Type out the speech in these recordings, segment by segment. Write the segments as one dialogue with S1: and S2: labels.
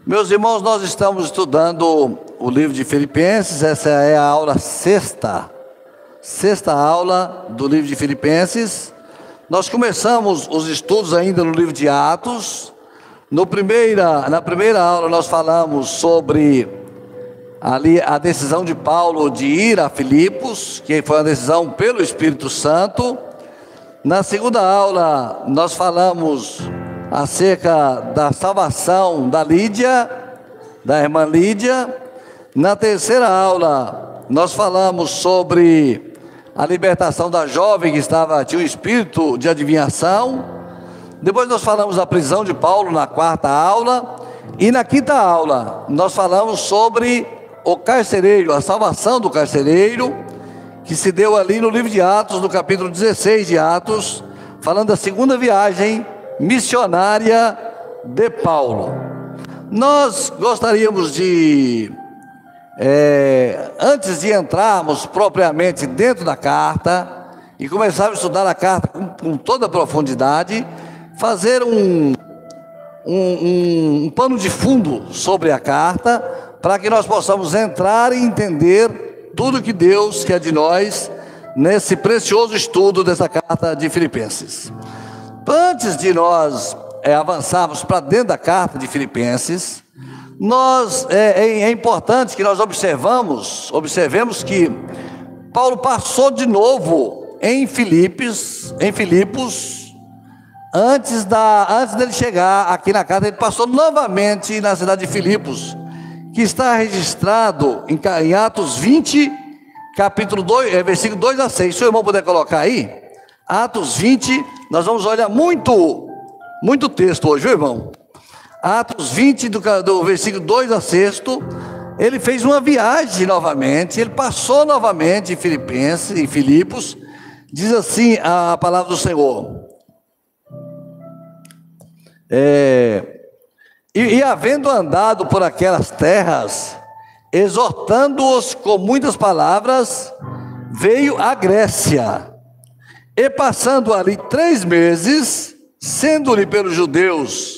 S1: Meus irmãos, nós estamos estudando o livro de Filipenses. Essa é a aula sexta aula do livro de Filipenses. Nós começamos os estudos ainda no livro de Atos. Na primeira aula nós falamos sobre ali a decisão de Paulo de ir a Filipos, que foi uma decisão pelo Espírito Santo. Na segunda aula nós falamos acerca da salvação da Lídia, da irmã Lídia. Na terceira aula nós falamos sobre a libertação da jovem que tinha um espírito de adivinhação. Depois nós falamos da prisão de Paulo na quarta aula. E na quinta aula nós falamos sobre o carcereiro, a salvação do carcereiro, que se deu ali no livro de Atos, no capítulo 16 de Atos, falando da segunda viagem missionária de Paulo. Nós gostaríamos de, antes de entrarmos propriamente dentro da carta e começarmos a estudar a carta com toda a profundidade, fazer um pano de fundo sobre a carta, para que nós possamos entrar e entender tudo que Deus quer de nós nesse precioso estudo dessa carta de Filipenses. Antes de nós avançarmos para dentro da carta de Filipenses, é importante que nós observemos que Paulo passou de novo em Filipos, antes dele chegar aqui na carta. Ele passou novamente na cidade de Filipos, que está registrado em Atos 20, capítulo 2, versículo 2 a 6. Se o irmão puder colocar aí, Atos 20, nós vamos olhar muito texto hoje, viu, irmão? Atos 20, do versículo 2 a 6, ele fez uma viagem novamente, ele passou novamente em Filipos. Diz assim a palavra do Senhor: E havendo andado por aquelas terras, exortando-os com muitas palavras, veio à Grécia. E passando ali 3 meses, sendo-lhe pelos judeus,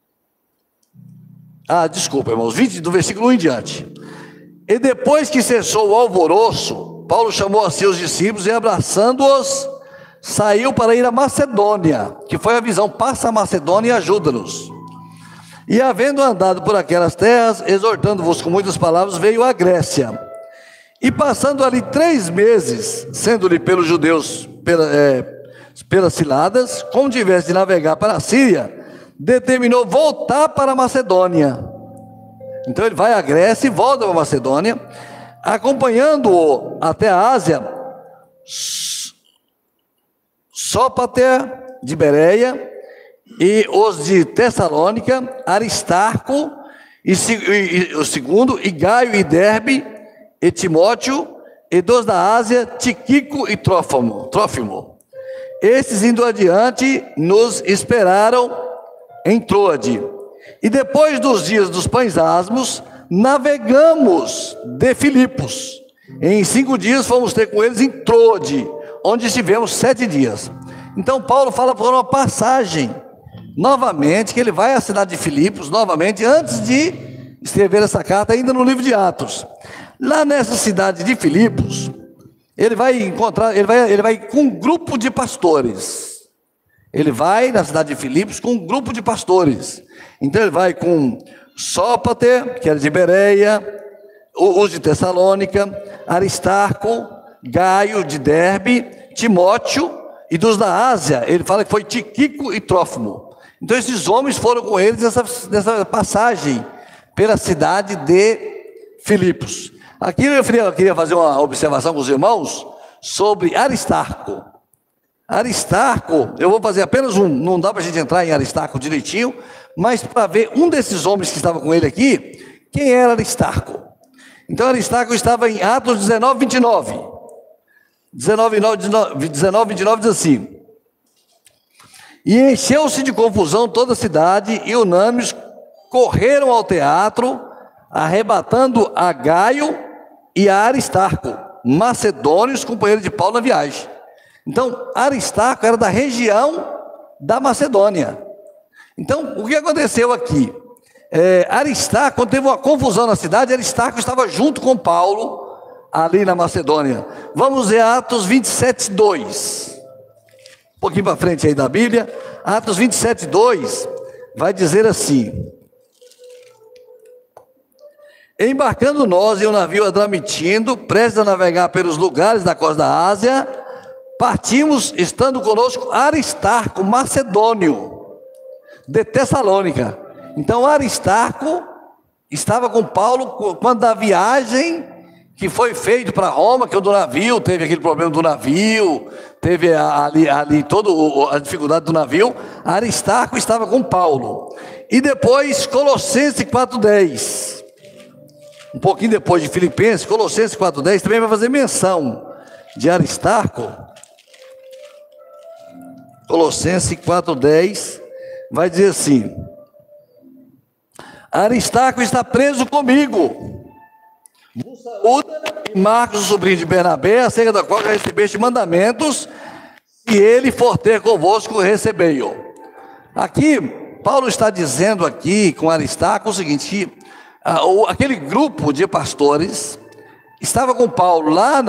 S1: irmãos, 20, do versículo 1 em diante. E depois que cessou o alvoroço, Paulo chamou a seus discípulos e, abraçando-os, saiu para ir a Macedônia, que foi a visão: passa a Macedônia e ajuda-nos. E havendo andado por aquelas terras, exortando-vos com muitas palavras, veio à Grécia. E passando ali 3 meses, sendo-lhe pelos judeus pelas ciladas, como tivesse de navegar para a Síria, determinou voltar para a Macedônia. Então ele vai à Grécia e volta para a Macedônia, acompanhando-o até a Ásia, Sópater de Bereia, e os de Tessalônica, Aristarco, e o segundo, e Gaio e Derbe, e Timóteo, e dos da Ásia, Tíquico e Trófimo. Estes, indo adiante, nos esperaram em Troade. E depois dos dias dos pães asmos, navegamos de Filipos. Em 5 dias fomos ter com eles em Troade, onde estivemos 7 dias. Então Paulo fala por uma passagem novamente, que ele vai à cidade de Filipos novamente, antes de escrever essa carta, ainda no livro de Atos. Lá nessa cidade de Filipos, ele vai com um grupo de pastores. Ele vai na cidade de Filipos com um grupo de pastores. Então ele vai com Sópater, que era de Bereia, os de Tessalônica, Aristarco, Gaio de Derbe, Timóteo, e dos da Ásia, ele fala que foi Tíquico e Trófimo. Então esses homens foram com eles nessa passagem pela cidade de Filipos. Aqui eu queria fazer uma observação com os irmãos sobre Aristarco. Aristarco, eu vou fazer apenas não dá para a gente entrar em Aristarco direitinho, mas para ver um desses homens que estava com ele aqui, quem era Aristarco. Então Aristarco estava em Atos 19, 29. 19, 29 diz assim: E encheu-se de confusão toda a cidade, e unânimes correram ao teatro, arrebatando a Gaio e a Aristarco, macedônios, companheiros de Paulo na viagem. Então, Aristarco era da região da Macedônia. Então, o que aconteceu aqui? Aristarco, quando teve uma confusão na cidade, Aristarco estava junto com Paulo, ali na Macedônia. Vamos ver Atos 27, 2. Um pouquinho para frente aí da Bíblia. Atos 27, 2 vai dizer assim: embarcando nós em um navio adramitindo, prestes a navegar pelos lugares da costa da Ásia, partimos, estando conosco Aristarco, macedônio, de Tessalônica. Então Aristarco estava com Paulo quando da viagem que foi feito para Roma, que o do navio, teve aquele problema do navio, teve ali toda a dificuldade do navio. Aristarco estava com Paulo. E depois Colossenses 4,10. Um pouquinho depois de Filipenses, Colossenses 4,10 também vai fazer menção de Aristarco. Colossenses 4,10 vai dizer assim: Aristarco está preso comigo. Vos saúda e Marcos, o sobrinho de Bernabé, acerca da qual já recebeste mandamentos, se ele for ter convosco, recebei-o. Aqui, Paulo está dizendo aqui com Aristarco o seguinte: aquele grupo de pastores estava com Paulo lá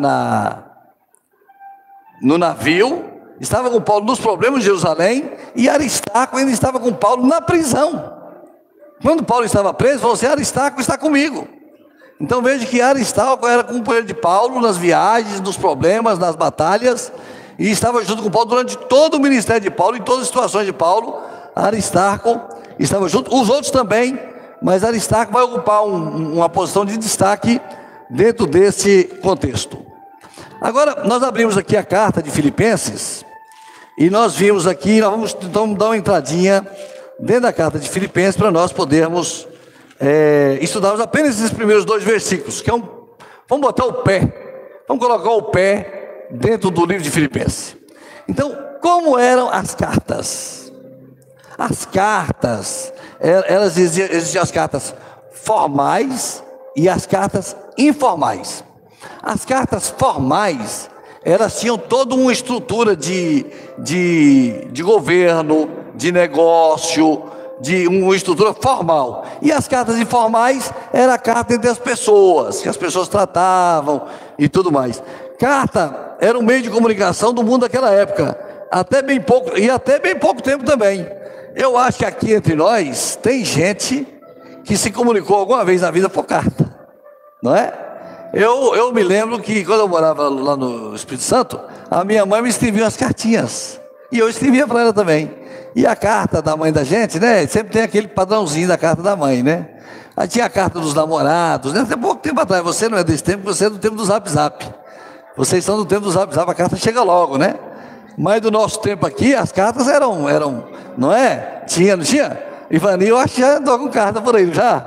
S1: no navio, estava com Paulo nos problemas de Jerusalém, e Aristarco ainda estava com Paulo na prisão. Quando Paulo estava preso, falou assim: Aristarco está comigo. Então veja que Aristarco era companheiro de Paulo nas viagens, nos problemas, nas batalhas, e estava junto com Paulo durante todo o ministério de Paulo, em todas as situações de Paulo. Aristarco estava junto, os outros também, mas Aristarco vai ocupar uma posição de destaque dentro desse contexto. Agora, nós abrimos aqui a carta de Filipenses, e nós vimos aqui, nós vamos então dar uma entradinha dentro da carta de Filipenses, para nós podermos estudarmos apenas esses primeiros 2 versículos, que vamos botar o pé, vamos colocar o pé dentro do livro de Filipenses. Então, como eram as cartas? As cartas, existiam as cartas formais e as cartas informais. As cartas formais, elas tinham toda uma estrutura de governo, de negócio, de uma estrutura formal. E as cartas informais era a carta entre as pessoas, que as pessoas tratavam e tudo mais. Carta era um meio de comunicação do mundo daquela época, até bem pouco tempo também. Eu acho que aqui entre nós tem gente que se comunicou alguma vez na vida por carta, não é? Eu me lembro que quando eu morava lá no Espírito Santo, a minha mãe me escrevia umas cartinhas, e eu escrevia para ela também. E a carta da mãe da gente, né? Sempre tem aquele padrãozinho da carta da mãe, né? Aí tinha a carta dos namorados, né? Até pouco tempo atrás. Você não é desse tempo, você é do tempo do Zap Zap. Vocês são do tempo do Zap Zap, a carta chega logo, né? Mas do nosso tempo aqui, as cartas eram, não é? Não tinha? Ivani, eu acho que já andou com carta por aí, já?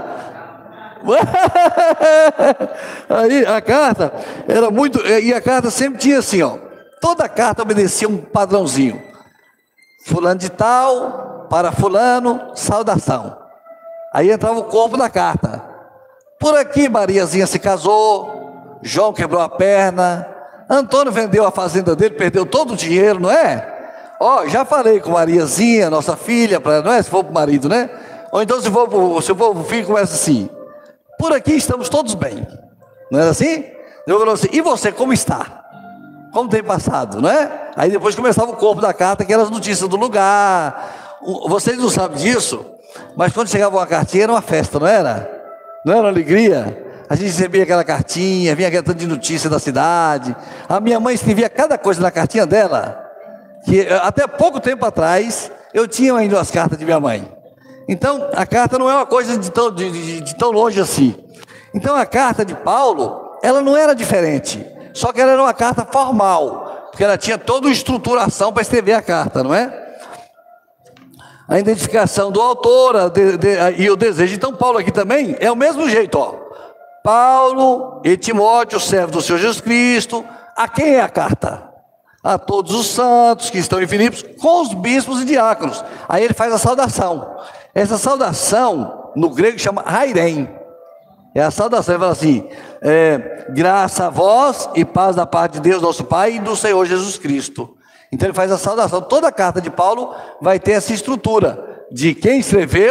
S1: Aí a carta era muito, e a carta sempre tinha assim, ó. Toda carta obedecia um padrãozinho. Fulano de tal, para fulano, saudação. Aí entrava o corpo da carta. Por aqui Mariazinha se casou, João quebrou a perna, Antônio vendeu a fazenda dele, perdeu todo o dinheiro, não é? Já falei com Mariazinha, nossa filha, não é? Se for para o marido, né? Ou então se for para o filho, começa assim: por aqui estamos todos bem. Não era assim? Eu falei assim: e você, como está? Como tem passado, não é? Aí depois começava o corpo da carta, que eram as notícias do lugar. Vocês não sabem disso, mas quando chegava uma cartinha era uma festa, não era? Não era uma alegria? A gente recebia aquela cartinha, vinha aquela tanto de notícia da cidade. A minha mãe escrevia cada coisa na cartinha dela, que até pouco tempo atrás eu tinha ainda as cartas de minha mãe. Então a carta não é uma coisa de tão longe assim. Então a carta de Paulo, ela não era diferente. Só que ela era uma carta formal, porque ela tinha toda uma estruturação para escrever a carta, não é? A identificação do autor e o desejo. Então Paulo aqui também é o mesmo jeito, ó. Paulo e Timóteo, servo do Senhor Jesus Cristo. A quem é a carta? A todos os santos que estão em Filipos, com os bispos e diáconos. Aí ele faz a saudação. Essa saudação, no grego, chama hairém. É a saudação, ele fala assim: graça a vós e paz da parte de Deus nosso Pai e do Senhor Jesus Cristo. Então ele faz a saudação. Toda a carta de Paulo vai ter essa estrutura de quem escreveu,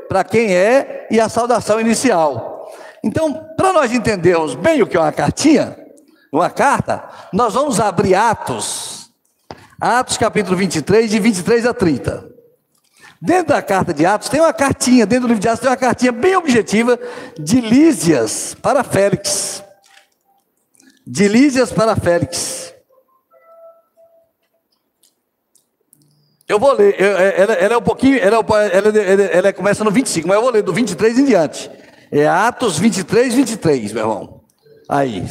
S1: para quem é e a saudação inicial. Então, para nós entendermos bem o que é uma cartinha, uma carta, nós vamos abrir Atos capítulo 23, de 23 a 30. Dentro da carta de Atos tem uma cartinha, dentro do livro de Atos tem uma cartinha bem objetiva de Lísias para Félix. De Lísias para Félix. Eu vou ler, ela é um pouquinho, ela começa no 25, mas eu vou ler do 23 em diante. É Atos 23, 23, meu irmão. Aí.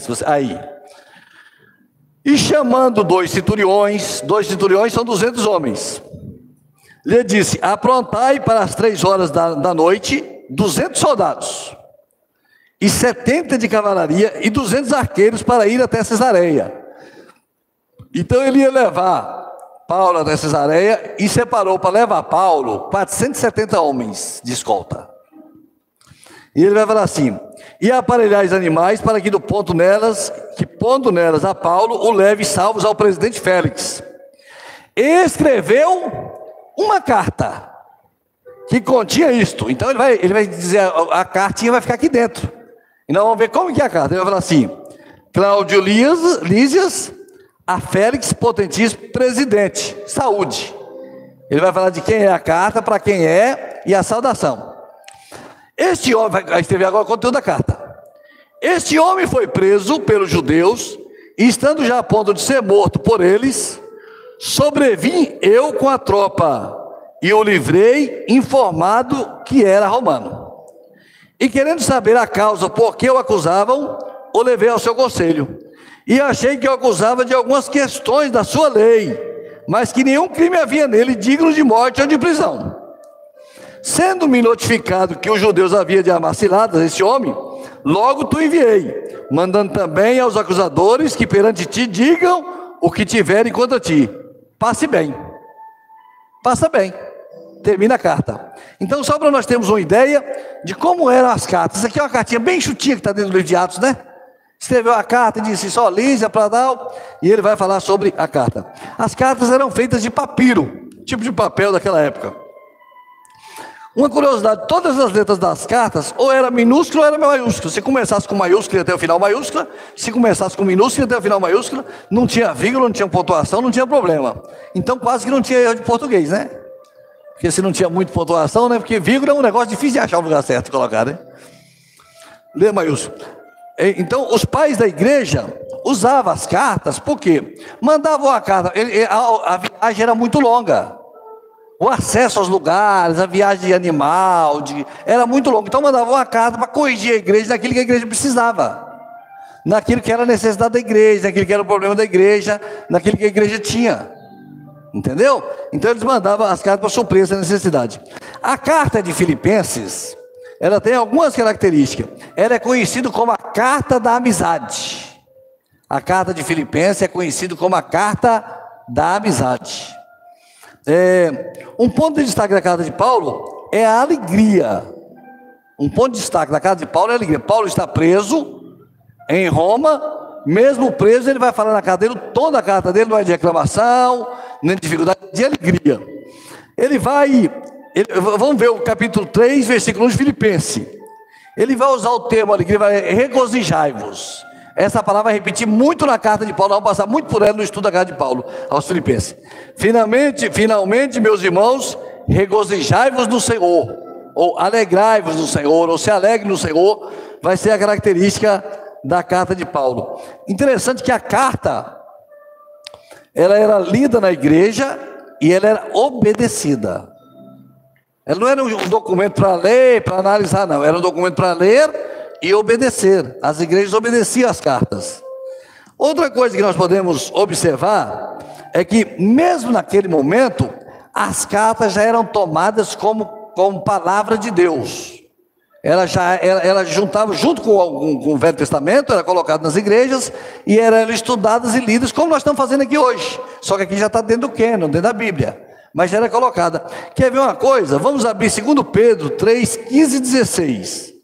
S1: E chamando dois centuriões são 200 homens. Lhe disse: aprontai para as 3 horas da noite 200 soldados, e 70 de cavalaria, e 200 arqueiros para ir até Cesareia. Então ele ia levar Paulo até Cesareia e separou para levar Paulo 470 homens de escolta. E ele vai falar assim: e aparelhais animais para que pondo nelas a Paulo, o leve salvos ao presidente Félix. Escreveu uma carta que continha isto. Então ele vai dizer, a cartinha vai ficar aqui dentro. E nós vamos ver como que é a carta. Ele vai falar assim: Cláudio Lísias a Félix Potentíssimo presidente, saúde. Ele vai falar de quem é a carta, para quem é e a saudação. Este homem, vai escrever agora o conteúdo da carta. Este homem foi preso pelos judeus, e estando já a ponto de ser morto por eles, sobrevim eu com a tropa, e o livrei, informado que era romano. E querendo saber a causa por que o acusavam, o levei ao seu conselho. E achei que o acusava de algumas questões da sua lei, mas que nenhum crime havia nele digno de morte ou de prisão. Sendo-me notificado que os judeus haviam de armar ciladas a esse homem, logo tu enviei, mandando também aos acusadores que perante ti digam o que tiverem contra ti. Passe bem. Passa bem. Termina a carta. Então, só para nós termos uma ideia de como eram as cartas. Isso aqui é uma cartinha bem chutinha que está dentro do livro de Atos, né? Escreveu a carta e disse só Lísia para tal, e ele vai falar sobre a carta. As cartas eram feitas de papiro, tipo de papel daquela época. Uma curiosidade: todas as letras das cartas ou era minúscula ou era maiúscula. Se começasse com maiúscula e até o final maiúscula, se começasse com minúscula e até o final maiúscula, não tinha vírgula, não tinha pontuação, não tinha problema. Então quase que não tinha erro de português, né? Porque se não tinha muita pontuação, né? Porque vírgula é um negócio difícil de achar o lugar certo de colocar, né? Lê maiúsculo. Então, os pais da igreja usavam as cartas, porque mandavam a carta, a viagem era muito longa, o acesso aos lugares, a viagem de animal, era muito longa, então mandavam a carta para corrigir a igreja naquilo que a igreja precisava, naquilo que era a necessidade da igreja, naquilo que era o problema da igreja, naquilo que a igreja tinha, entendeu? Então eles mandavam as cartas para suprir essa necessidade. A carta de Filipenses, ela tem algumas características. Ela é conhecida como a carta da amizade. A carta de Filipenses é conhecida como a carta da amizade. Um ponto de destaque da carta de Paulo é a alegria. Um ponto de destaque da carta de Paulo é a alegria. Paulo está preso em Roma, mesmo preso, ele vai falar na carta dele, toda a carta dele não é de reclamação, nem de dificuldade, de alegria. Vamos ver o capítulo 3, versículo 1 de Filipenses. Ele vai usar o termo alegria, vai regozijai-vos. Essa palavra vai repetir muito na carta de Paulo, nós vamos passar muito por ela no estudo da carta de Paulo aos Filipenses. Finalmente, meus irmãos, regozijai-vos no Senhor, ou alegrai-vos no Senhor, ou se alegre no Senhor, vai ser a característica da carta de Paulo. Interessante que a carta, ela era lida na igreja e ela era obedecida. Ela não era um documento para ler, para analisar, não. Era um documento para ler e obedecer. As igrejas obedeciam as cartas. Outra coisa que nós podemos observar é que, mesmo naquele momento, as cartas já eram tomadas como palavra de Deus. Ela juntava junto com o Velho Testamento, era colocado nas igrejas e eram estudadas e lidas, como nós estamos fazendo aqui hoje. Só que aqui já está dentro do cânon, dentro da Bíblia. Mas já era colocada. Quer ver uma coisa? Vamos abrir 2 Pedro 3, 15 e 16.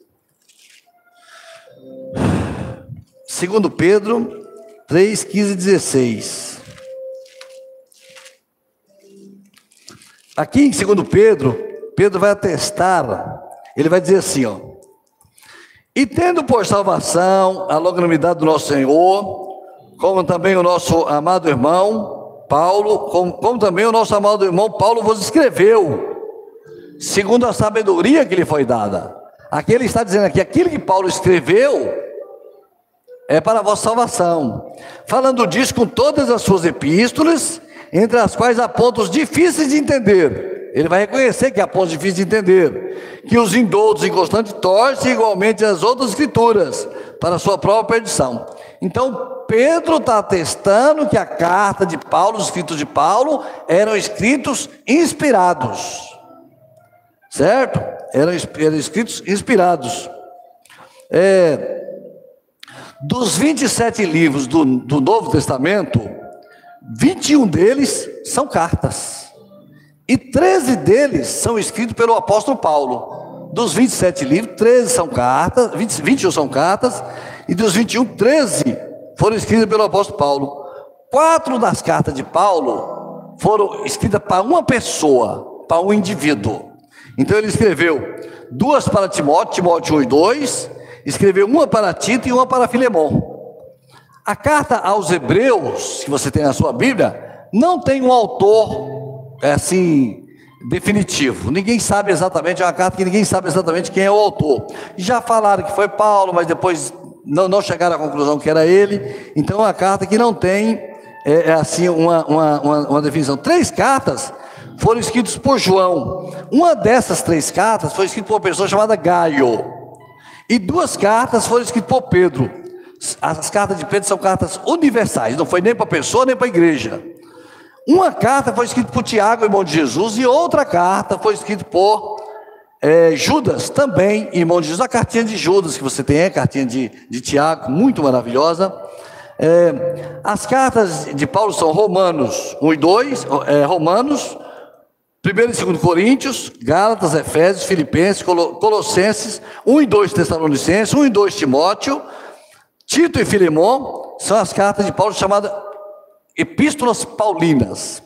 S1: 2 Pedro 3, 15 e 16. Aqui em 2 Pedro Pedro vai atestar, ele vai dizer assim, ó: e tendo por salvação a longanimidade do nosso Senhor, como também o nosso amado irmão Paulo, como também o nosso amado irmão Paulo vos escreveu, segundo a sabedoria que lhe foi dada. Aqui ele está dizendo aqui, aquilo que Paulo escreveu é para a vossa salvação, falando disso com todas as suas epístolas, entre as quais há pontos difíceis de entender. Ele vai reconhecer que há pontos difíceis de entender, que os indoutos inconstantes torcem igualmente as outras escrituras, para a sua própria perdição. Então Pedro está atestando que a carta de Paulo, os escritos de Paulo, eram escritos inspirados, certo? Eram escritos inspirados. Dos 27 livros do Novo Testamento, 21 deles são cartas, e 13 deles são escritos pelo apóstolo Paulo. Dos 27 livros, 13 são cartas, 21 são cartas, e dos 21, 13 foram escritos pelo apóstolo Paulo. 4 das cartas de Paulo foram escritas para uma pessoa, para um indivíduo. Então ele escreveu 2 para Timóteo, Timóteo 1 e 2, escreveu uma para Tito e uma para Filemon. A carta aos Hebreus, que você tem na sua Bíblia, não tem um autor assim definitivo. Ninguém sabe exatamente, é uma carta que ninguém sabe exatamente quem é o autor. Já falaram que foi Paulo, mas depois não chegaram à conclusão que era ele. Então é uma carta que não tem assim uma definição. 3 cartas foram escritas por João. Uma dessas 3 cartas foi escrita por uma pessoa chamada Gaio, e 2 cartas foram escritas por Pedro. As cartas de Pedro são cartas universais, não foi nem para a pessoa nem para a igreja. Uma carta foi escrita por Tiago, irmão de Jesus, e outra carta foi escrita por Judas, também irmão de Jesus. A cartinha de Judas que você tem, a cartinha de Tiago, muito maravilhosa. As cartas de Paulo são Romanos 1 e 2, Romanos, 1 e 2 Coríntios, Gálatas, Efésios, Filipenses, Colossenses, 1 e 2 Tessalonicenses, 1 e 2 Timóteo, Tito e Filemon. São as cartas de Paulo chamadas Epístolas Paulinas.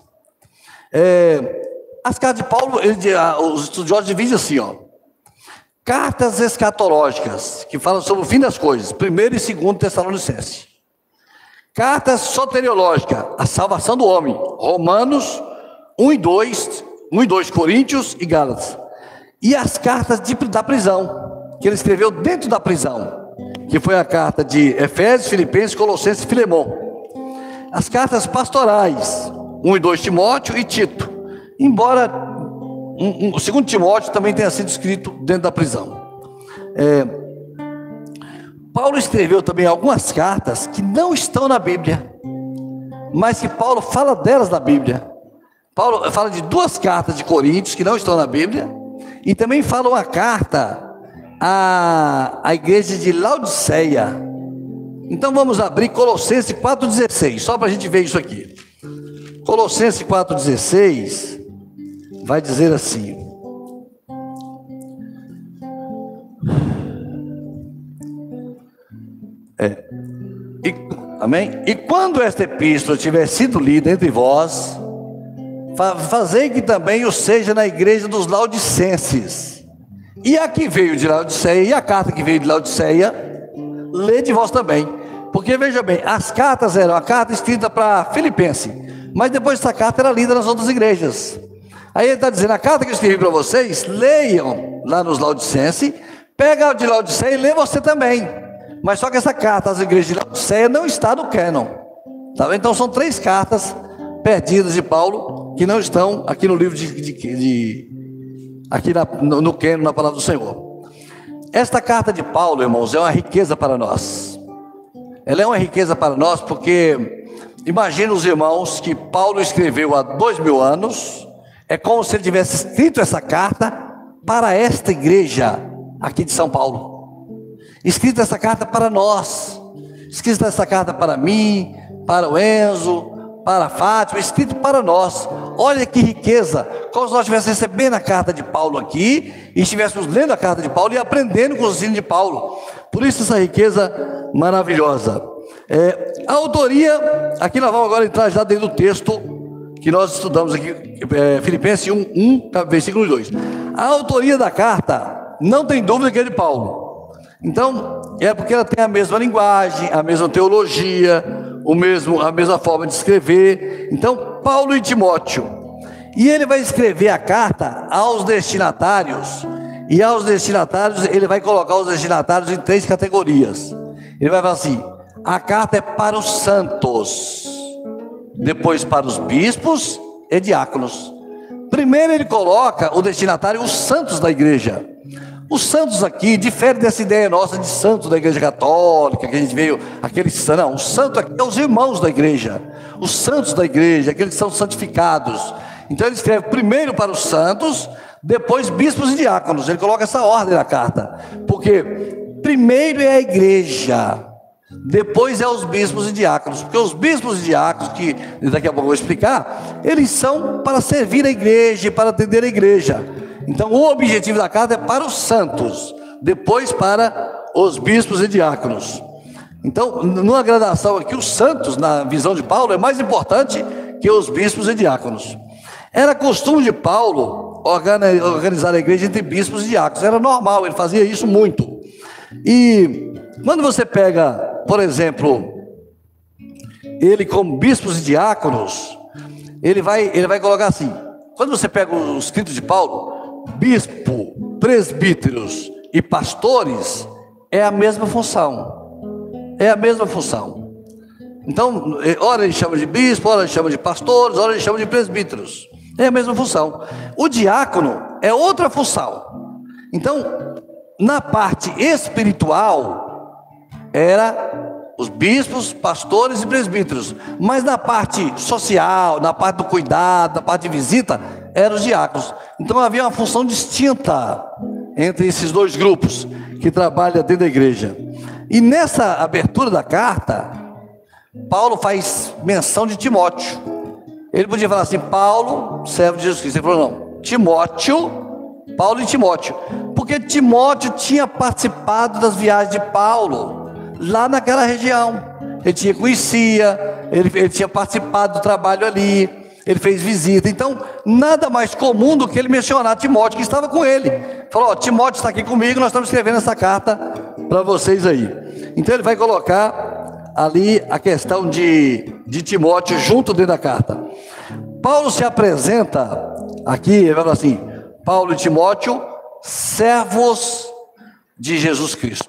S1: As cartas de Paulo, os estudiosos dividem assim, ó: cartas escatológicas, que falam sobre o fim das coisas, 1 e 2 Tessalonicenses. Cartas soteriológicas, a salvação do homem, Romanos 1 e 2 Coríntios e Gálatas. E as cartas da prisão, que ele escreveu dentro da prisão, que foi a carta de Efésios, Filipenses, Colossenses e Filemon. As cartas pastorais, 1 e 2 Timóteo e Tito, embora o 2 Timóteo também tenha sido escrito dentro da prisão. Paulo escreveu também algumas cartas que não estão na Bíblia, mas que Paulo fala delas na Bíblia. Paulo fala de 2 cartas de Coríntios que não estão na Bíblia, e também fala uma carta à igreja de Laodiceia. Então vamos abrir Colossenses 4,16, só para a gente ver isso aqui. Colossenses 4,16 vai dizer assim: amém? E quando esta epístola tiver sido lida entre vós, fazei que também o seja na igreja dos Laodicenses. E a que veio de Laodiceia, e a carta que veio de Laodiceia, lede vós também. Porque veja bem, as cartas eram a carta escrita para Filipenses, mas depois essa carta era lida nas outras igrejas. Aí ele está dizendo: a carta que eu escrevi para vocês, leiam lá nos Laodicenses, pega a de Laodiceia e lê você também. Mas só que essa carta às igrejas de Laodiceia não está no cânon, tá vendo? Então são 3 cartas perdidas de Paulo que não estão aqui no livro aqui no cânon, na palavra do Senhor. Esta carta de Paulo, irmãos, é uma riqueza para nós. Ela é uma riqueza para nós porque imagina os irmãos que Paulo escreveu há 2000 anos. É como se ele tivesse escrito essa carta para esta igreja aqui de São Paulo. Escrita essa carta para nós, escrita essa carta para mim, para o Enzo, para a Fátima, escrito para nós. Olha que riqueza, como se nós estivéssemos recebendo a carta de Paulo aqui, e estivéssemos lendo a carta de Paulo e aprendendo com os ensinos de Paulo. Por isso essa riqueza maravilhosa. A autoria, aqui nós vamos agora entrar já dentro do texto que nós estudamos aqui, Filipenses 1, versículo 2. A autoria da carta, não tem dúvida que é de Paulo. Então, é porque ela tem a mesma linguagem, a mesma teologia, a mesma forma de escrever. Então, Paulo e Timóteo. E ele vai escrever a carta aos destinatários. E aos destinatários, ele vai colocar os destinatários em 3 categorias. Ele vai falar assim: a carta é para os santos, depois para os bispos e diáconos. Primeiro ele coloca o destinatário, os santos da igreja. Os santos aqui difere dessa ideia nossa de santos da igreja católica, que a gente veio, aqueles, não, o santo aqui é os irmãos da igreja, os santos da igreja, aqueles que são santificados. Então ele escreve primeiro para os santos, depois bispos e diáconos. Ele coloca essa ordem na carta, porque primeiro é a igreja, depois é os bispos e diáconos, porque os bispos e diáconos, que daqui a pouco eu vou explicar, eles são para servir a igreja e para atender a igreja. Então o objetivo da carta é para os santos, depois para os bispos e diáconos. Então, numa gradação aqui, os santos, na visão de Paulo, é mais importante que os bispos e diáconos. Era costume de Paulo organizar a igreja entre bispos e diáconos, era normal, ele fazia isso muito. E quando você pega, por exemplo, ele como bispos e diáconos, ele vai colocar assim: quando você pega o escrito de Paulo, bispo, presbíteros e pastores, é a mesma função. É a mesma função. Então, ora ele chama de bispo, ora ele chama de pastores, ora ele chama de presbíteros. É a mesma função. O diácono é outra função. Então, na parte espiritual, era os bispos, pastores e presbíteros. Mas na parte social, na parte do cuidado, na parte de visita, eram os diáconos. Então havia uma função distinta entre esses dois grupos que trabalham dentro da igreja. E nessa abertura da carta, Paulo faz menção de Timóteo. Ele podia falar assim: Paulo, servo de Jesus Cristo. Ele falou: não, Timóteo, Paulo e Timóteo, porque Timóteo tinha participado das viagens de Paulo lá naquela região. Ele conhecia, ele tinha participado do trabalho ali, ele fez visita. Então nada mais comum do que ele mencionar Timóteo, que estava com ele. Falou: ó, Timóteo está aqui comigo, nós estamos escrevendo essa carta para vocês aí. Então ele vai colocar ali a questão de Timóteo junto dentro da carta. Paulo se apresenta aqui, ele vai falar assim: Paulo e Timóteo, servos de Jesus Cristo.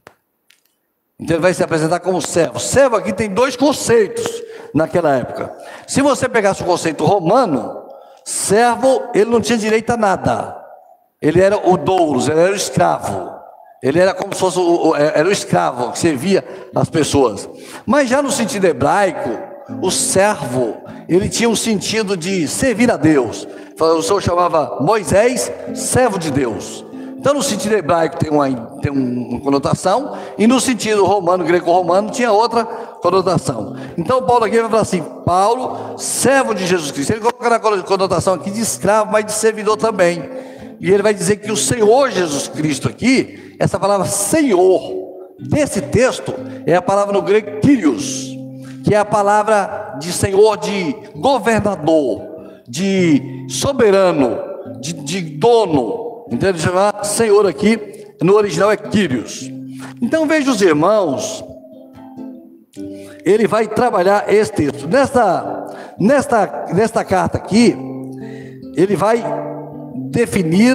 S1: Então ele vai se apresentar como servo. Servo aqui tem 2 conceitos naquela época. Se você pegasse o conceito romano, servo, ele não tinha direito a nada. Ele era o doulos, ele era o escravo. Ele era como se fosse era o escravo que servia as pessoas. Mas já no sentido hebraico, o servo, ele tinha um sentido de servir a Deus. O Senhor chamava Moisés servo de Deus. Então no sentido hebraico tem uma conotação, e no sentido romano, greco-romano, tinha outra conotação. Então Paulo aqui vai falar assim: Paulo, servo de Jesus Cristo. Ele coloca na conotação aqui de escravo, mas de servidor também. E ele vai dizer que o Senhor Jesus Cristo aqui, essa palavra Senhor, desse texto, é a palavra no grego Kyrios, que é a palavra de Senhor, de governador, de soberano, de dono. Então ele chama Senhor aqui, no original é Kyrios. Então veja os irmãos, ele vai trabalhar esse texto. Nesta carta aqui, ele vai definir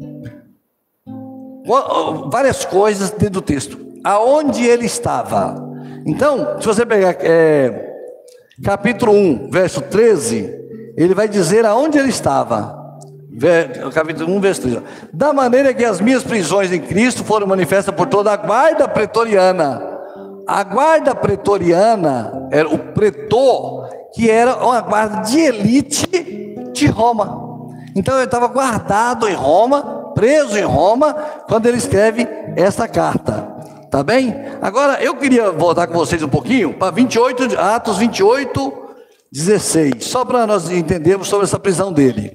S1: várias coisas dentro do texto. Aonde ele estava. Então, se você pegar capítulo 1, verso 13, ele vai dizer aonde ele estava. Capítulo 1, verso 13. Da maneira que as minhas prisões em Cristo foram manifestas por toda a guarda pretoriana. A guarda pretoriana era o pretor, que era uma guarda de elite de Roma. Então ele estava guardado em Roma, preso em Roma, quando ele escreve essa carta. Tá bem? Agora eu queria voltar com vocês um pouquinho para Atos 28, 16, só para nós entendermos sobre essa prisão dele.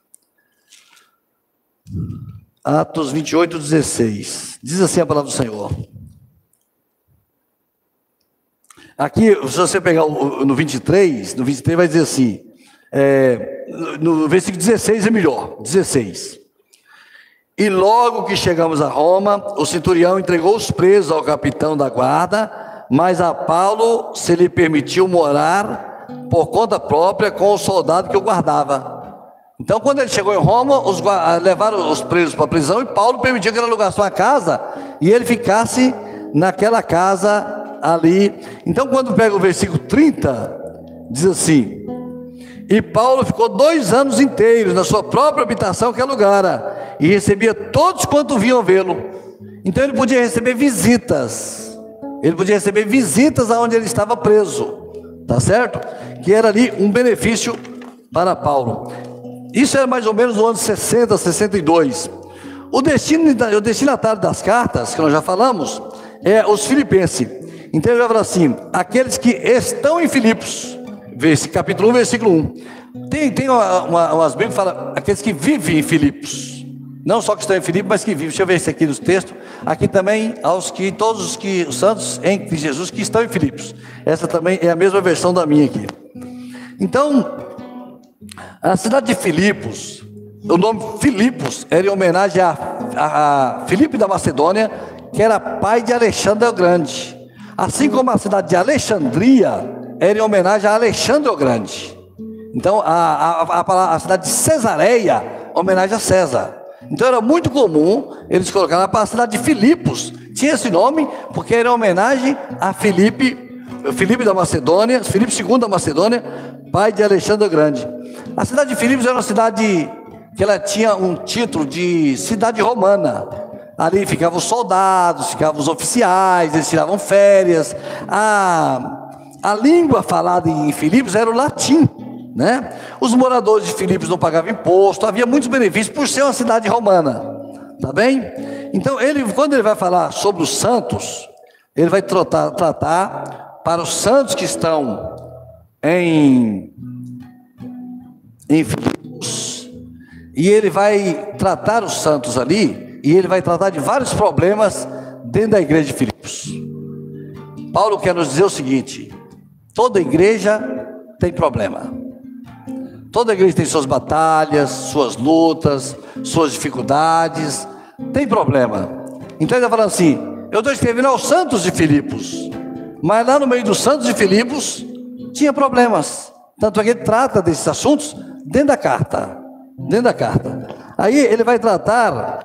S1: Atos 28, 16. Diz assim a palavra do Senhor. Aqui, se você pegar no 23 vai dizer assim, no versículo 16 é melhor, 16. E logo que chegamos a Roma, o centurião entregou os presos ao capitão da guarda, mas a Paulo se lhe permitiu morar por conta própria com o soldado que o guardava. Então, quando ele chegou em Roma, levaram os presos para a prisão, e Paulo permitiu que ele alugasse uma casa e ele ficasse naquela casa ali. Então, quando pega o versículo 30, diz assim: e Paulo ficou 2 anos inteiros na sua própria habitação que alugara, e recebia todos quanto vinham vê-lo. Então ele podia receber visitas, aonde ele estava preso, tá certo? Que era ali um benefício para Paulo. Isso era mais ou menos no ano 60, 62. O destinatário das cartas, que nós já falamos, é os filipenses. Então ele vai falar assim: aqueles que estão em Filipos, capítulo 1, versículo 1. Tem umas Bíblias que falam aqueles que vivem em Filipos. Não só que estão em Filipos, mas que vivem. Deixa eu ver esse aqui nos textos. Aqui também, todos os santos em Jesus que estão em Filipos. Essa também é a mesma versão da minha aqui. Então, a cidade de Filipos, o nome Filipos era em homenagem a Filipe da Macedônia, que era pai de Alexandre o Grande. Assim como a cidade de Alexandria era em homenagem a Alexandre o Grande. Então a cidade de Cesareia, homenagem a César. Então era muito comum eles colocarem para a cidade de Filipos. Tinha esse nome porque era em homenagem a Filipe da Macedônia, Filipe II da Macedônia, pai de Alexandre o Grande. A cidade de Filipos era uma cidade que ela tinha um título de cidade romana. Ali ficavam os soldados, ficavam os oficiais, eles tiravam férias. A língua falada em Filipos era o latim, né? Os moradores de Filipos não pagavam imposto, havia muitos benefícios por ser uma cidade romana, tá bem? Então quando ele vai falar sobre os santos, ele vai tratar para os santos que estão em Filipos, e ele vai tratar os santos ali, e ele vai tratar de vários problemas dentro da igreja de Filipos. Paulo quer nos dizer o seguinte: toda igreja tem problema, toda igreja tem suas batalhas, suas lutas, suas dificuldades, tem problema. Então ele está falando assim: eu estou escrevendo aos santos de Filipos, mas lá no meio dos santos de Filipos tinha problemas, tanto é que ele trata desses assuntos dentro da carta. Aí ele vai tratar,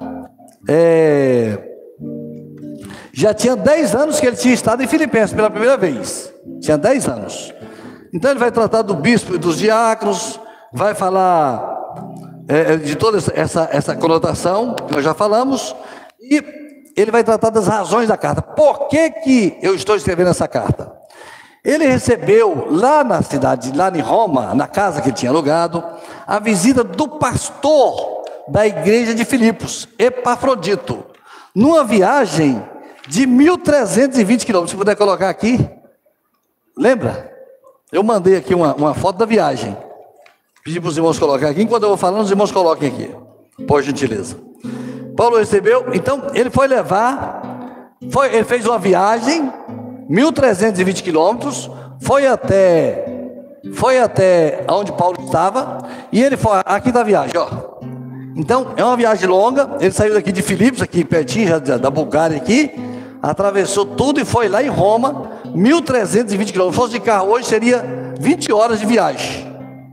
S1: já tinha 10 anos que ele tinha estado em Filipenses pela primeira vez, tinha 10 anos. Então ele vai tratar do bispo e dos diáconos, vai falar de toda essa conotação que nós já falamos, e ele vai tratar das razões da carta. Por que eu estou escrevendo essa carta? Ele recebeu lá na cidade, lá em Roma, na casa que ele tinha alugado, a visita do pastor da igreja de Filipos, Epafrodito, numa viagem de 1.320 quilômetros. Se puder colocar aqui, lembra? Eu mandei aqui uma foto da viagem. Pedi para os irmãos colocar aqui. Enquanto eu vou falando, os irmãos coloquem aqui, por gentileza. Paulo recebeu, então ele foi levar, ele fez uma viagem, 1.320 quilômetros, foi até onde Paulo estava, e ele foi, aqui está a viagem, ó. Então é uma viagem longa. Ele saiu daqui de Filipos, aqui pertinho já da Bulgária aqui, atravessou tudo e foi lá em Roma, 1.320 quilômetros. Se fosse de carro hoje seria 20 horas de viagem.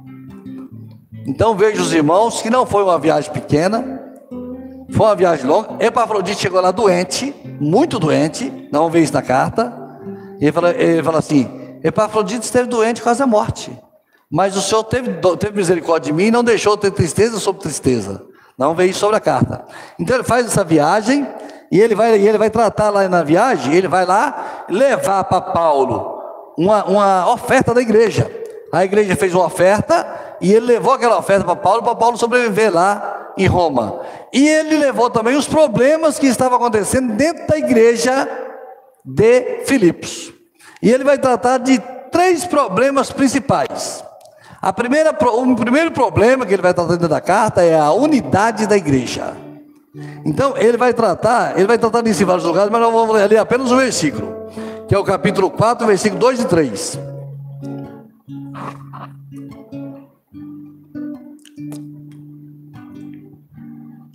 S1: Então veja os irmãos que não foi uma viagem pequena, foi uma viagem longa. Epafrodito chegou lá doente, muito doente, não vê isso na carta. E ele fala assim: Epafrodito esteve doente quase à morte, mas o Senhor teve misericórdia de mim e não deixou ter tristeza sobre tristeza. Não vê isso sobre a carta. Então ele faz essa viagem, e ele vai tratar lá na viagem, ele vai lá levar para Paulo uma oferta da igreja. A igreja fez uma oferta, e ele levou aquela oferta para Paulo sobreviver lá em Roma. E ele levou também os problemas que estavam acontecendo dentro da igreja de Filipos. E ele vai tratar de 3 problemas principais. O primeiro problema que ele vai tratar dentro da carta é a unidade da igreja. Então ele vai tratar disso em vários lugares, mas nós vamos ler apenas um versículo, que é o capítulo 4, versículo 2 e 3.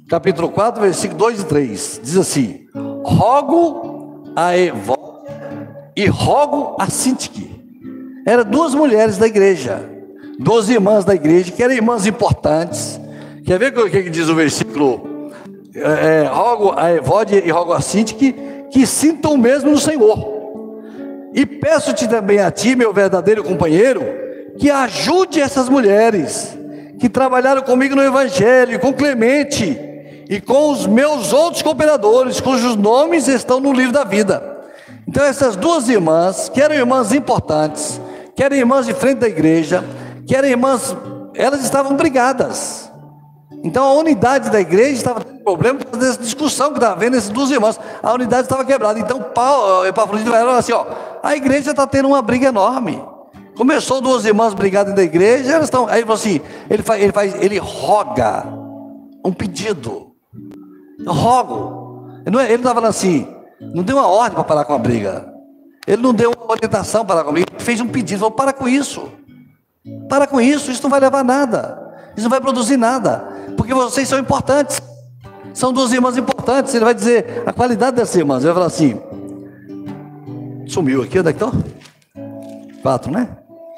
S1: capítulo 4, versículo 2 e 3, diz assim: rogo a Evódia e rogo a Sintique. Eram duas mulheres da igreja, duas irmãs da igreja, que eram irmãs importantes. Quer ver o que diz o versículo? Rogo a Evódia e rogo a Sintique, que sintam o mesmo no Senhor. E peço-te também a ti, meu verdadeiro companheiro, que ajude essas mulheres, que trabalharam comigo no Evangelho, com Clemente, e com os meus outros cooperadores, cujos nomes estão no livro da vida. Então essas duas irmãs, que eram irmãs importantes, que eram irmãs de frente da igreja, que eram irmãs, elas estavam brigadas. Então a unidade da igreja estava tendo problema por causa dessa discussão que estava havendo essas duas irmãs. A unidade estava quebrada. Então Epafrodito vai falar assim, a igreja está tendo uma briga enorme. Começou duas irmãs brigadas da igreja, elas estão, aí assim, ele roga um pedido. Eu rogo. Ele não estava falando assim, não deu uma ordem para parar com a briga. Ele não deu uma orientação para parar com a briga. Ele fez um pedido, falou: para com isso. Para com isso, isso não vai levar a nada. Isso não vai produzir nada. Porque vocês são importantes. São duas irmãs importantes. Ele vai dizer a qualidade dessas irmãs. Ele vai falar assim: sumiu aqui, onde é que estão? 4, né?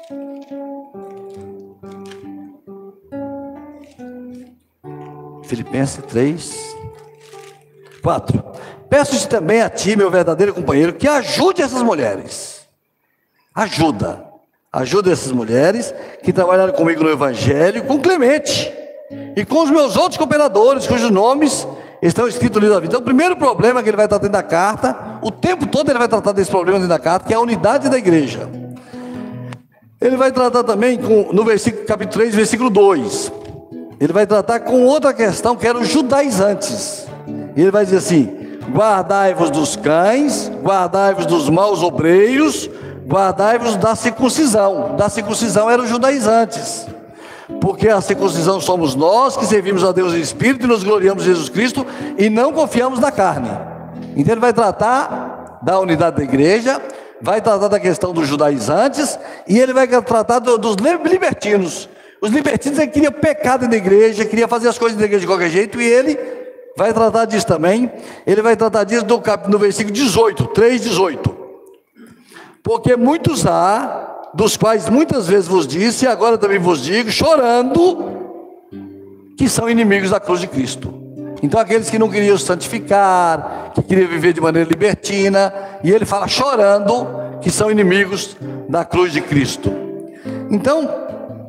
S1: Filipenses 3, 4. Peço-te também a ti, meu verdadeiro companheiro, que ajude essas mulheres. Ajuda essas mulheres que trabalharam comigo no Evangelho, com Clemente e com os meus outros cooperadores, cujos nomes estão escritos no livro da vida. Então, o primeiro problema que ele vai tratar dentro da carta, o tempo todo ele vai tratar desse problema dentro da carta, que é a unidade da igreja. Ele vai tratar também no capítulo 3, versículo 2. Ele vai tratar com outra questão, que eram os judaizantes. E ele vai dizer assim: guardai-vos dos cães, guardai-vos dos maus obreiros, guardai-vos da circuncisão. Da circuncisão eram os judaizantes, porque a circuncisão somos nós, que servimos a Deus em Espírito e nos gloriamos em Jesus Cristo e não confiamos na carne. Então ele vai tratar da unidade da igreja, vai tratar da questão dos judaizantes, e ele vai tratar dos libertinos. Os libertinos é que queriam pecar dentro da igreja, queriam fazer as coisas da igreja de qualquer jeito, e ele vai tratar disso também. Ele vai tratar disso no versículo 18, 3:18. Porque muitos há, dos quais muitas vezes vos disse, e agora também vos digo, chorando, que são inimigos da cruz de Cristo. Então aqueles que não queriam santificar, que queriam viver de maneira libertina, e ele fala chorando, que são inimigos da cruz de Cristo. Então,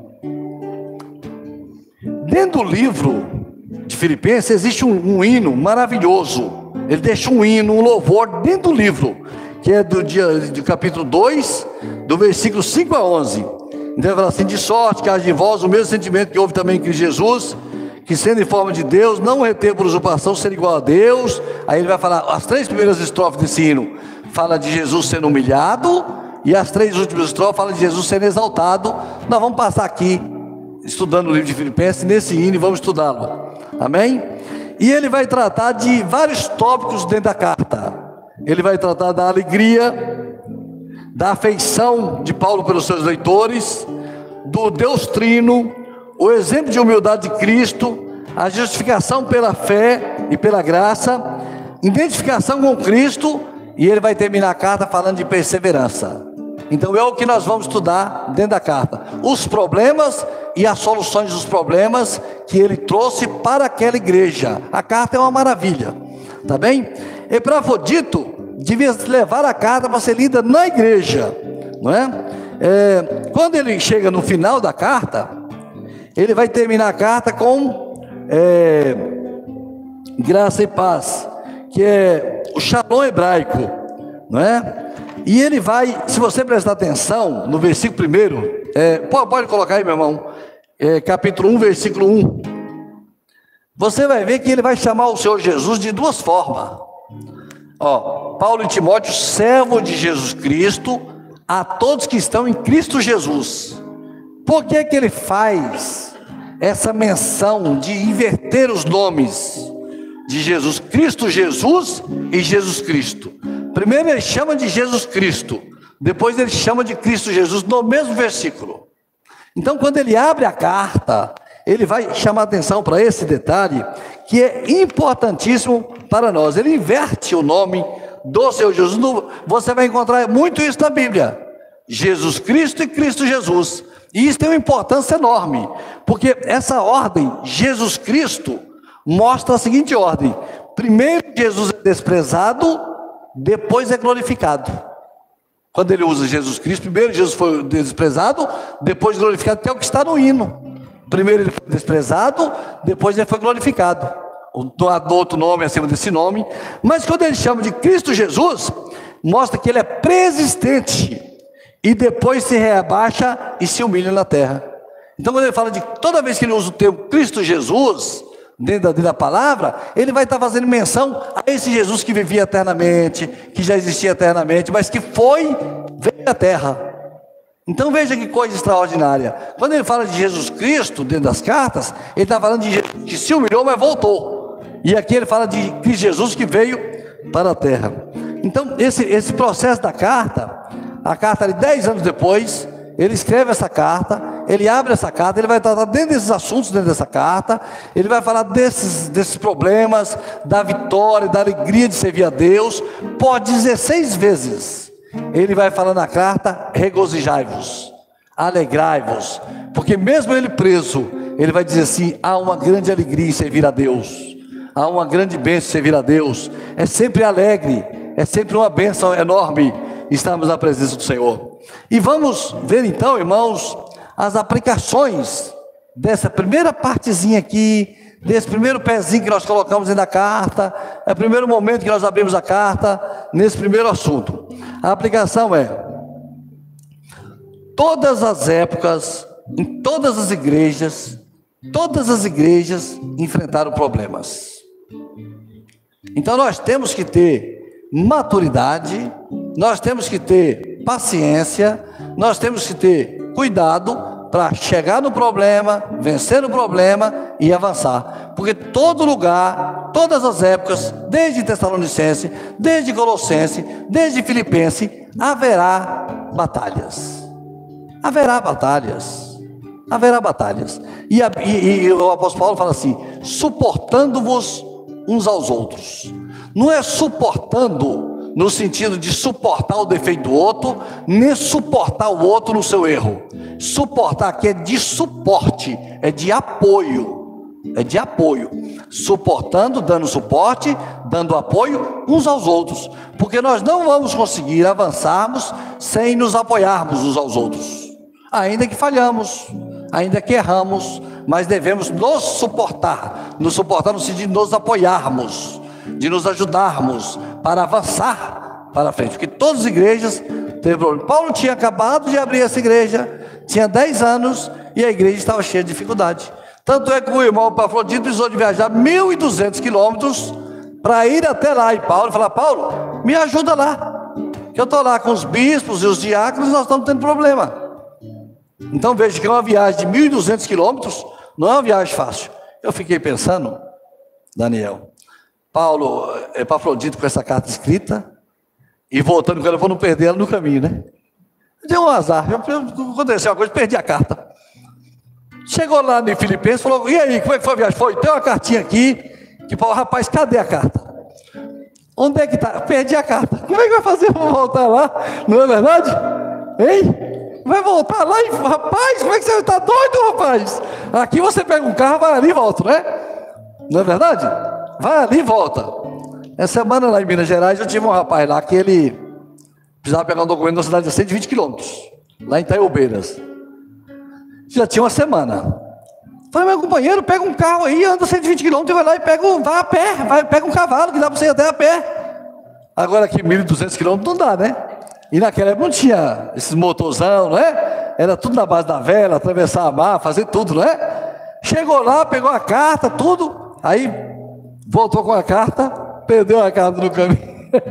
S1: dentro do livro de Filipenses existe um hino maravilhoso. Ele deixa um hino, um louvor dentro do livro, que é do capítulo 2, do versículo 5 a 11. Então ele fala assim: de sorte que haja em vós o mesmo sentimento que houve também em Cristo Jesus, que sendo em forma de Deus, não reteve por usurpação ser igual a Deus. Aí ele vai falar, as 3 primeiras estrofes desse hino fala de Jesus sendo humilhado, e as 3 últimas estrofes falam de Jesus sendo exaltado. Nós vamos passar aqui estudando o livro de Filipenses, nesse hino, e vamos estudá-lo, amém? E ele vai tratar de vários tópicos dentro da carta. Ele vai tratar da alegria, da afeição de Paulo pelos seus leitores, do Deus Trino, o exemplo de humildade de Cristo, a justificação pela fé e pela graça, identificação com Cristo, e ele vai terminar a carta falando de perseverança. Então é o que nós vamos estudar dentro da carta, os problemas e as soluções dos problemas que ele trouxe para aquela igreja. A carta é uma maravilha, tá bem? Epafrodito devia levar a carta para ser lida na igreja, não é? Quando ele chega no final da carta, ele vai terminar a carta com graça e paz, que é o shalom hebraico, não é? E ele vai, se você prestar atenção no versículo 1, pode colocar aí, meu irmão, capítulo 1, versículo 1. Você vai ver que ele vai chamar o Senhor Jesus de 2 formas. Paulo e Timóteo, servo de Jesus Cristo, a todos que estão em Cristo Jesus. Por que ele faz essa menção de inverter os nomes de Jesus? Cristo Jesus e Jesus Cristo. Primeiro ele chama de Jesus Cristo, depois ele chama de Cristo Jesus no mesmo versículo. Então quando ele abre a carta, ele vai chamar atenção para esse detalhe, que é importantíssimo para nós. Ele inverte o nome do Senhor Jesus. Você vai encontrar muito isso na Bíblia: Jesus Cristo e Cristo Jesus. E isso tem uma importância enorme, porque essa ordem, Jesus Cristo, mostra a seguinte ordem: primeiro Jesus é desprezado, depois é glorificado. Quando ele usa Jesus Cristo, primeiro Jesus foi desprezado, depois glorificado, que é o que está no hino. Primeiro ele foi desprezado, depois ele foi glorificado. Há outro nome acima desse nome, mas quando ele chama de Cristo Jesus, mostra que ele é preexistente, e depois se reabaixa e se humilha na terra. Então quando ele fala de, toda vez que ele usa o termo Cristo Jesus, dentro da palavra, ele vai estar fazendo menção a esse Jesus que vivia eternamente, que já existia eternamente, mas que veio à terra. Então veja que coisa extraordinária. Quando ele fala de Jesus Cristo dentro das cartas, ele está falando de Jesus que se humilhou, mas voltou. E aqui ele fala de Cristo Jesus que veio para a terra. Então esse processo da carta, a carta de 10 anos depois, ele escreve essa carta, ele abre essa carta, ele vai tratar dentro desses assuntos, dentro dessa carta, ele vai falar desses problemas, da vitória, da alegria de servir a Deus, por 16 vezes. Ele vai falar na carta: regozijai-vos, alegrai-vos, porque mesmo ele preso, ele vai dizer assim: há uma grande alegria em servir a Deus, há uma grande bênção em servir a Deus, é sempre alegre, é sempre uma bênção enorme estarmos na presença do Senhor. E vamos ver então, irmãos, as aplicações dessa primeira partezinha aqui, desse primeiro pezinho que nós colocamos dentro da carta, é o primeiro momento que nós abrimos a carta, nesse primeiro assunto. A aplicação é: todas as épocas, em todas as igrejas enfrentaram problemas. Então nós temos que ter maturidade, nós temos que ter paciência, nós temos que ter cuidado para chegar no problema, vencer o problema e avançar. Porque todo lugar, todas as épocas, desde Tessalonicense, desde Colossense, desde Filipense, haverá batalhas. Haverá batalhas. Haverá batalhas. E o apóstolo Paulo fala assim: suportando-vos uns aos outros. Não é suportando no sentido de suportar o defeito do outro, nem suportar o outro no seu erro. Suportar aqui é de suporte, é de apoio, suportando, dando suporte, dando apoio uns aos outros, porque nós não vamos conseguir avançarmos sem nos apoiarmos uns aos outros, ainda que falhamos, ainda que erramos, mas devemos nos suportar no sentido de nos apoiarmos, de nos ajudarmos para avançar para frente, porque todas as igrejas teve problema. Paulo tinha acabado de abrir essa igreja, tinha 10 anos, e a igreja estava cheia de dificuldade. Tanto é que o irmão Epafrodito precisou de viajar 1.200 quilômetros para ir até lá, e Paulo falou: Paulo, me ajuda lá, que eu estou lá com os bispos e os diáconos, e nós estamos tendo problema. Então veja que uma viagem de 1.200 quilômetros não é uma viagem fácil. Eu fiquei pensando, Daniel, Paulo, Epafrodito com essa carta escrita, e voltando com ela para não perder ela no caminho, né? Deu um azar, aconteceu uma coisa, perdi a carta. Chegou lá em Filipenses, falou: e aí, como é que foi a viagem? Foi, tem uma cartinha aqui, que Paulo: rapaz, cadê a carta? Onde é que está? Perdi a carta. Como é que vai fazer para voltar lá? Não é verdade? Hein? Vai voltar lá e, rapaz, como é que você está doido, rapaz? Aqui você pega um carro, vai ali e volta, né? Não é verdade? Vai ali e volta. Essa semana lá em Minas Gerais, eu tive um rapaz lá que ele precisava pegar um documento na cidade de 120 quilômetros, lá em Itaiobeiras. Já tinha uma semana. Falei: meu companheiro, pega um carro aí, anda 120 quilômetros, vai lá e vai a pé, pega um cavalo que dá para você ir até a pé. Agora aqui 1.200 quilômetros não dá, né? E naquela época não tinha esses motorzão, não é? Era tudo na base da vela, atravessar a mar, fazer tudo, não é? Chegou lá, pegou a carta, tudo, aí voltou com a carta, perdeu a carta no caminho.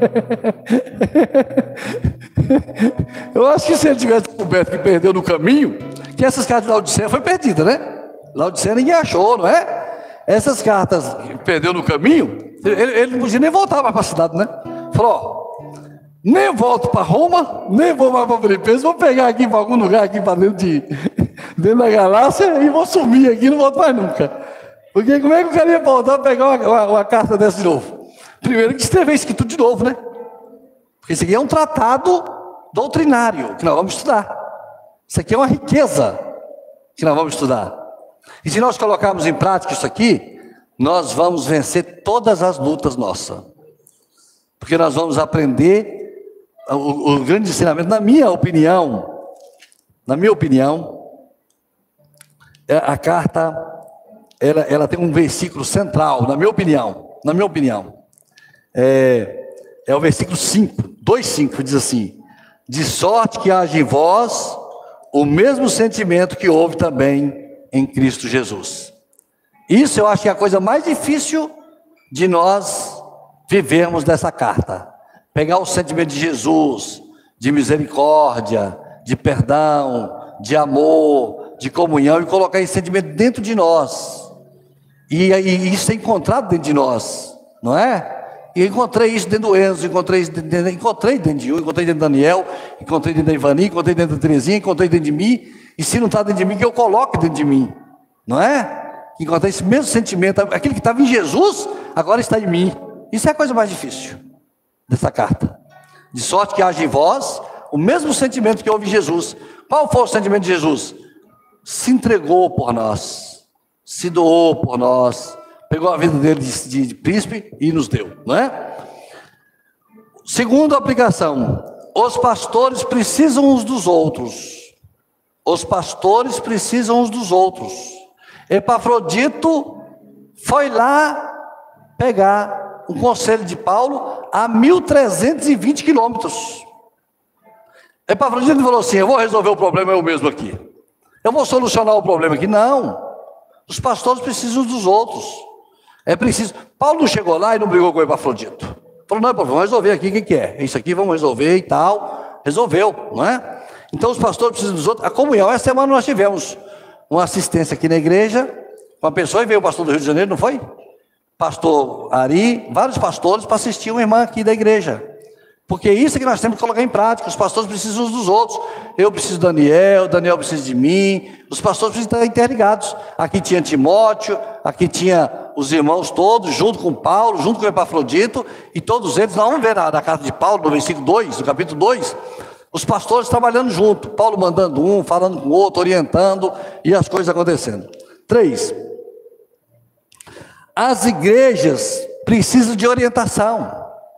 S1: Eu acho que se ele tivesse descoberto que perdeu no caminho, que essas cartas de Laodiceia foi perdida, né? Laodiceia ninguém achou, não é? Essas cartas que perdeu no caminho, ele não podia nem voltar mais para a cidade, né? Falou: ó, nem volto para Roma, nem vou mais para Filipenses, vou pegar aqui para algum lugar aqui para dentro da galáxia e vou sumir aqui, não volto mais nunca. Porque como é que o cara ia voltar para pegar uma carta dessa de novo? Primeiro que escrever isso aqui tudo de novo, né? Porque isso aqui é um tratado doutrinário que nós vamos estudar. Isso aqui é uma riqueza que nós vamos estudar. E se nós colocarmos em prática isso aqui, nós vamos vencer todas as lutas nossas. Porque nós vamos aprender o grande ensinamento, na minha opinião, a carta, ela tem um versículo central, na minha opinião, é o versículo 5, 2:5, diz assim: de sorte que haja em vós o mesmo sentimento que houve também em Cristo Jesus. Isso eu acho que é a coisa mais difícil de nós vivermos dessa carta. Pegar o sentimento de Jesus, de misericórdia, de perdão, de amor, de comunhão, e colocar esse sentimento dentro de nós. E isso é encontrado dentro de nós, não é? E eu encontrei isso dentro do Enzo, encontrei dentro de um, encontrei dentro do Daniel, encontrei dentro da Ivani, encontrei dentro da Terezinha, encontrei dentro de mim. E se não está dentro de mim, que eu coloque dentro de mim, não é? Encontrei esse mesmo sentimento, aquele que estava em Jesus, agora está em mim. Isso é a coisa mais difícil dessa carta. De sorte que haja em vós o mesmo sentimento que houve em Jesus. Qual foi o sentimento de Jesus? Se entregou por nós, se doou por nós, pegou a vida dele de príncipe e nos deu, não é? Segunda aplicação: os pastores precisam uns dos outros. Os pastores precisam uns dos outros. Epafrodito foi lá pegar o conselho de Paulo a 1.320 quilômetros. Epafrodito falou assim: eu vou resolver o problema eu mesmo aqui, eu vou solucionar o problema aqui. Não, os pastores precisam uns dos outros. É preciso. Paulo não chegou lá e não brigou com o Epafrodito. Falou: não, vamos resolver aqui o que é. Isso aqui vamos resolver e tal. Resolveu, não é? Então os pastores precisam dos outros. A comunhão, essa semana nós tivemos uma assistência aqui na igreja. Uma pessoa, e veio o pastor do Rio de Janeiro, não foi? Pastor Ari, vários pastores para assistir uma irmã aqui da igreja. Porque é isso que nós temos que colocar em prática. Os pastores precisam uns dos outros. Eu preciso do Daniel, o Daniel precisa de mim. Os pastores precisam estar interligados. Aqui tinha Timóteo, aqui tinha os irmãos todos, junto com Paulo, junto com Epafrodito, e todos eles, nós vamos ver na carta de Paulo, no versículo 2, no capítulo 2, os pastores trabalhando junto, Paulo mandando um, falando com o outro, orientando, e as coisas acontecendo. 3, as igrejas precisam de orientação.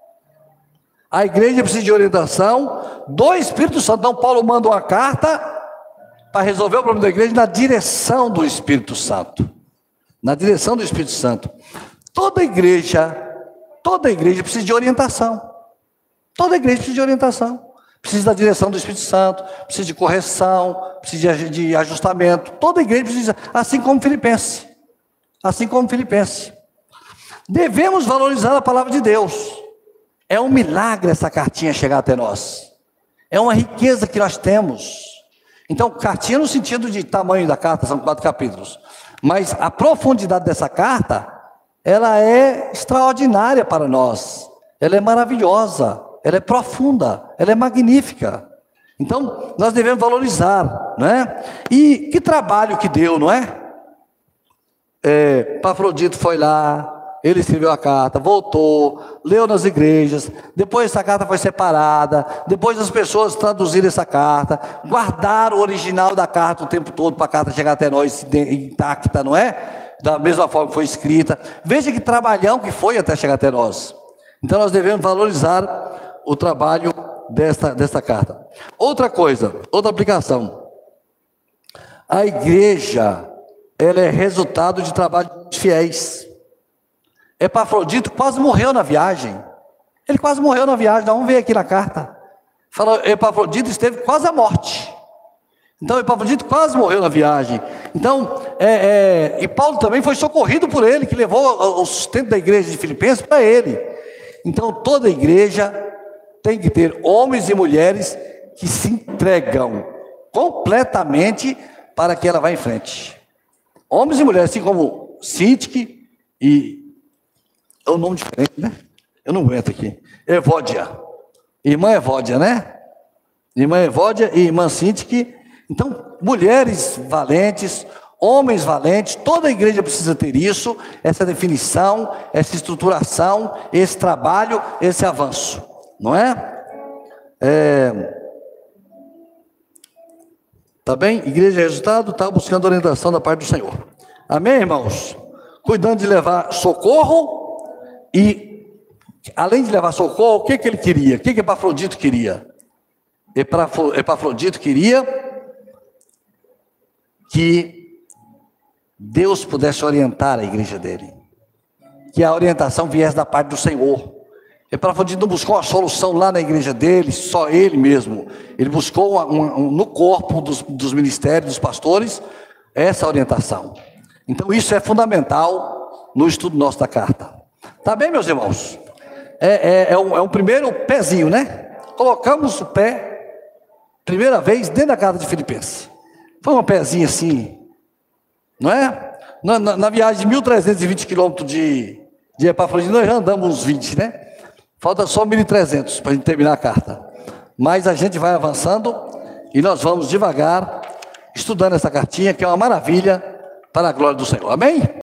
S1: A igreja precisa de orientação do Espírito Santo. Então Paulo manda uma carta para resolver o problema da igreja na direção do Espírito Santo. Na direção do Espírito Santo. Toda igreja precisa de orientação. Toda igreja precisa de orientação. Precisa da direção do Espírito Santo, precisa de correção, precisa de ajustamento. Toda igreja precisa, assim como Filipenses. Assim como Filipenses. Devemos valorizar a palavra de Deus. É um milagre essa cartinha chegar até nós. É uma riqueza que nós temos. Então, cartinha no sentido de tamanho da carta, são 4 capítulos. Mas a profundidade dessa carta, ela é extraordinária para nós. Ela é maravilhosa, ela é profunda, ela é magnífica. Então, nós devemos valorizar, não é? E que trabalho que deu, não é? Epafrodito foi lá, ele escreveu a carta, voltou, leu nas igrejas, depois essa carta foi separada, depois as pessoas traduziram essa carta, guardaram o original da carta o tempo todo para a carta chegar até nós intacta, não é? Da mesma forma que foi escrita. Veja que trabalhão que foi até chegar até nós. Então nós devemos valorizar o trabalho desta carta. Outra coisa, outra aplicação. A igreja, ela é resultado de trabalho dos fiéis. Epafrodito quase morreu na viagem. Ele quase morreu na viagem. Vamos ver aqui na carta. Fala, Epafrodito esteve quase à morte. Então, Epafrodito quase morreu na viagem. Então, e Paulo também foi socorrido por ele, que levou o sustento da igreja de Filipenses para ele. Então, toda igreja tem que ter homens e mulheres que se entregam completamente para que ela vá em frente. Homens e mulheres, assim como Sintique e... é um nome diferente, né? Eu não aguento aqui. Evódia. Irmã Evódia, né? Irmã Evódia e irmã Sintique. Então, mulheres valentes, homens valentes, toda a igreja precisa ter isso, essa definição, essa estruturação, esse trabalho, esse avanço, não é? Tá bem? Igreja é resultado, está buscando orientação da parte do Senhor. Amém, irmãos? Cuidando de levar socorro e, além de levar socorro, o que ele queria? O que Epafrodito queria? Epafrodito queria que Deus pudesse orientar a igreja dele, que a orientação viesse da parte do Senhor. Epafrodito não buscou uma solução lá na igreja dele, só ele mesmo. Ele buscou no corpo dos ministérios, dos pastores, essa orientação. Então isso é fundamental no estudo nosso da carta. Tá bem, meus irmãos? É um primeiro pezinho, né? Colocamos o pé, primeira vez, dentro da carta de Filipenses. Foi um pezinho assim, não é? Na viagem de 1.320 quilômetros de Epafrodito, nós já andamos uns 20, né? Falta só 1.300 para a gente terminar a carta. Mas a gente vai avançando e nós vamos devagar, estudando essa cartinha, que é uma maravilha para a glória do Senhor. Amém?